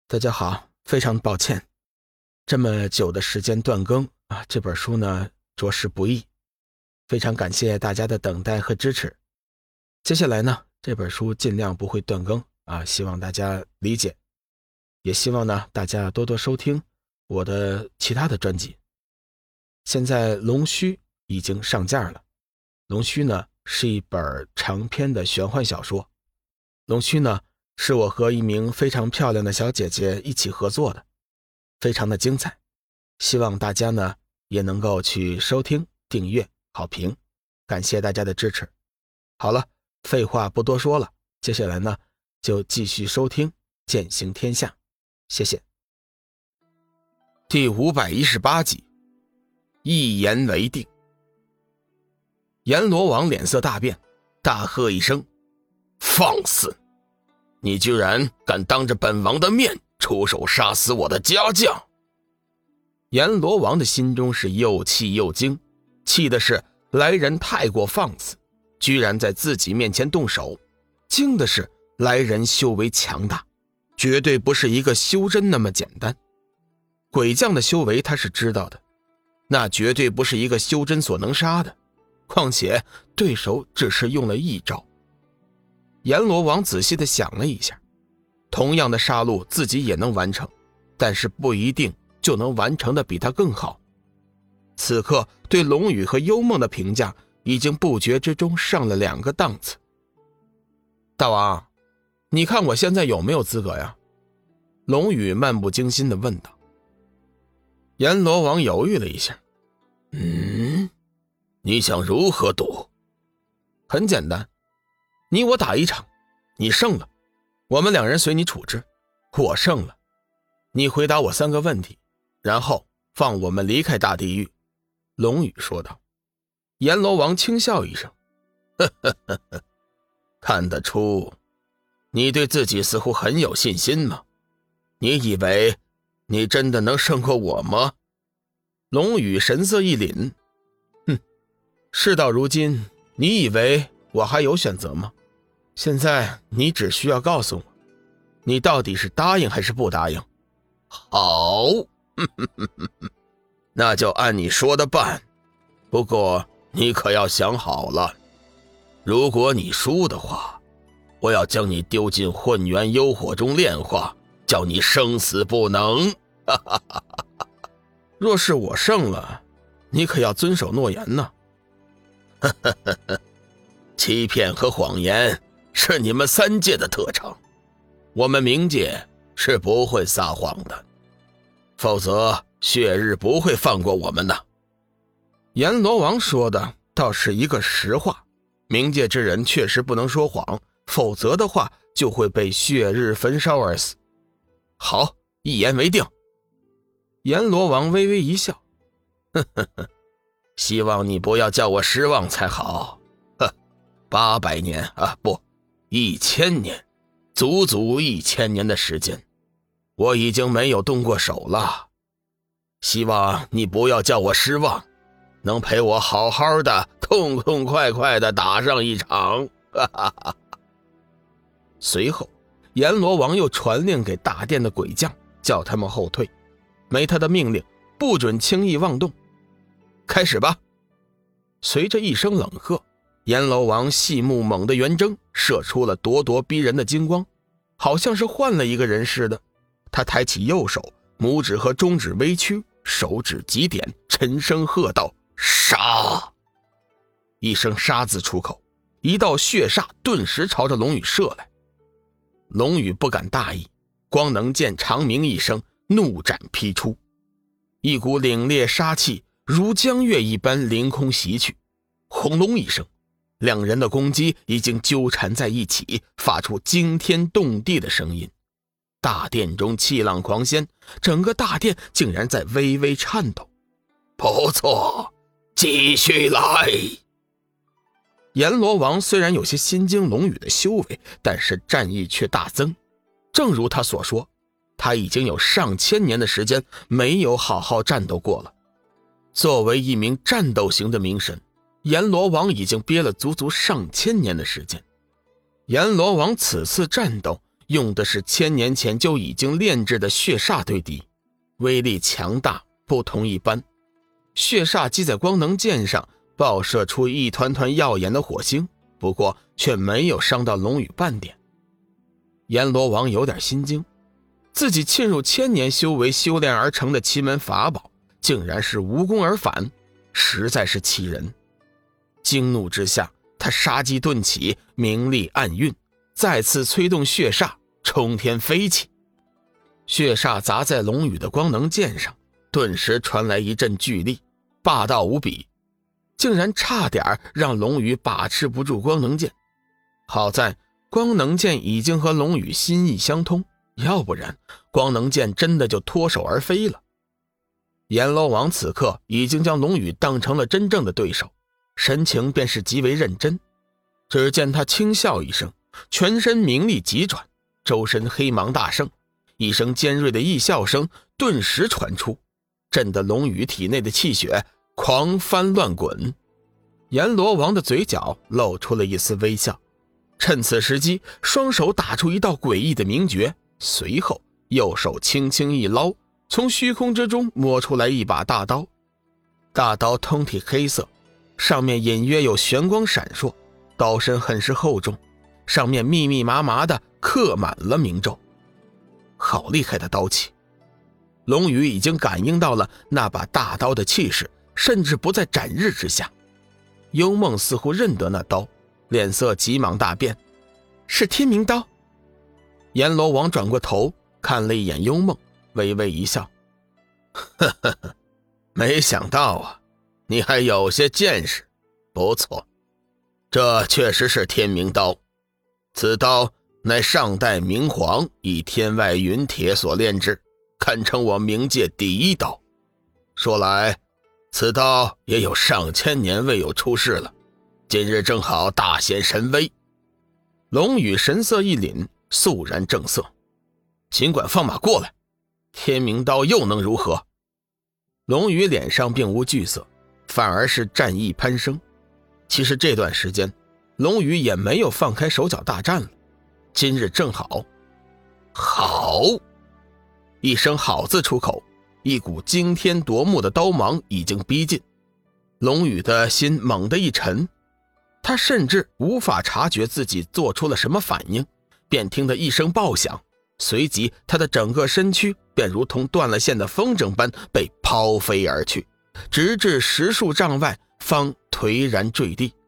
大家好，非常抱歉，这么久的时间断更啊，这本书呢着实不易，非常感谢大家的等待和支持。接下来呢，这本书尽量不会断更啊，希望大家理解，也希望呢大家多多收听我的其他的专辑。现在龙须已经上架了，龙须呢是一本长篇的玄幻小说，龙须呢是我和一名非常漂亮的小姐姐一起合作的，非常的精彩，希望大家呢也能够去收听、订阅、好评，感谢大家的支持。好了，废话不多说了，接下来呢就继续收听《剑行天下》，谢谢。第518集，一言为定。阎罗王脸色大变，大喝一声：放肆！你居然敢当着本王的面出手杀死我的家将！阎罗王的心中是又气又惊，气的是来人太过放肆，居然在自己面前动手；惊的是来人修为强大，绝对不是一个修真那么简单。鬼将的修为他是知道的，那绝对不是一个修真所能杀的，况且对手只是用了一招。阎罗王仔细地想了一下，同样的杀戮自己也能完成，但是不一定就能完成的比他更好。此刻对龙宇和幽梦的评价已经不觉之中上了2个档次。大王，你看我现在有没有资格呀？龙宇漫不经心地问道。阎罗王犹豫了一下，你想如何赌？很简单，你我打一场，你胜了，我们2人随你处置；我胜了，你回答我3个问题，然后放我们离开大地狱。龙宇说道。阎罗王轻笑一声，呵呵呵呵，看得出你对自己似乎很有信心吗？你以为你真的能胜过我吗？龙宇神色一凛，事到如今，你以为我还有选择吗？现在你只需要告诉我，你到底是答应还是不答应？好，那就按你说的办。不过你可要想好了，如果你输的话，我要将你丢进混元幽火中炼化，叫你生死不能。若是我胜了，你可要遵守诺言呢。欺骗和谎言是你们3界的特长，我们冥界是不会撒谎的，否则血日不会放过我们的。阎罗王说的倒是一个实话，冥界之人确实不能说谎，否则的话就会被血日焚烧而死。好，一言为定。阎罗王微微一笑，希望你不要叫我失望才好。800年啊，不，1000年，足足1000年的时间，我已经没有动过手了。希望你不要叫我失望，能陪我好好的、痛痛快快的打上一场。随后，阎罗王又传令给大殿的鬼将，叫他们后退，没他的命令，不准轻易妄动。开始吧！随着一声冷喝，阎罗王细目猛地圆睁，射出了咄咄逼人的金光，好像是换了一个人似的。他抬起右手，拇指和中指微曲，手指极点，沉声喝道：杀！一声杀字出口，一道血煞顿时朝着龙宇射来。龙宇不敢大意，光能见长鸣一声，怒斩劈出，一股凛冽杀气如江月一般凌空袭去，轰隆一声，2人的攻击已经纠缠在一起，发出惊天动地的声音。大殿中气浪狂掀，整个大殿竟然在微微颤抖。不错，继续来！阎罗王虽然有些心惊龙宇的修为，但是战意却大增。正如他所说，他已经有上千年的时间没有好好战斗过了。作为一名战斗型的冥神，阎罗王已经憋了足足上千年的时间。阎罗王此次战斗用的是1000年前就已经炼制的血煞对敌，威力强大，不同一般。血煞击在光能剑上，爆射出一团团耀眼的火星，不过却没有伤到龙宇半点。阎罗王有点心惊，自己沁入1000年修为修炼而成的奇门法宝，竟然是无功而返，实在是气人。惊怒之下，他杀机顿起，明历暗运，再次催动血煞冲天飞起。血煞砸在龙宇的光能剑上，顿时传来一阵巨力，霸道无比，竟然差点让龙宇把持不住光能剑。好在光能剑已经和龙宇心意相通，要不然光能剑真的就脱手而飞了。阎罗王此刻已经将龙宇当成了真正的对手，神情便是极为认真。只见他轻笑一声，全身明力急转，周身黑芒大盛，一声尖锐的异笑声顿时传出，震得龙宇体内的气血狂翻乱滚。阎罗王的嘴角露出了一丝微笑，趁此时机，双手打出一道诡异的明诀，随后右手轻轻一捞，从虚空之中摸出来一把大刀。大刀通体黑色，上面隐约有玄光闪烁，刀身很是厚重，上面密密麻麻的刻满了明咒。好厉害的刀气！龙宇已经感应到了那把大刀的气势，甚至不在斩日之下。幽梦似乎认得那刀，脸色急忙大变，是天明刀。阎罗王转过头看了一眼幽梦，微微一笑，呵呵呵，没想到啊，你还有些见识，不错，这确实是天明刀。此刀乃上代明皇以天外云铁所炼制，堪称我冥界第一刀。说来，此刀也有上千年未有出世了，今日正好大显神威。龙宇神色一凛，肃然正色，尽管放马过来，天明刀又能如何？龙宇脸上并无惧色，反而是战意攀升。其实这段时间龙宇也没有放开手脚大战了，今日正好。好！一声好字出口，一股惊天夺目的刀芒已经逼近。龙宇的心猛地一沉，他甚至无法察觉自己做出了什么反应，便听得一声爆响，随即他的整个身躯便如同断了线的风筝般被抛飞而去，直至10数丈外方颓然坠地。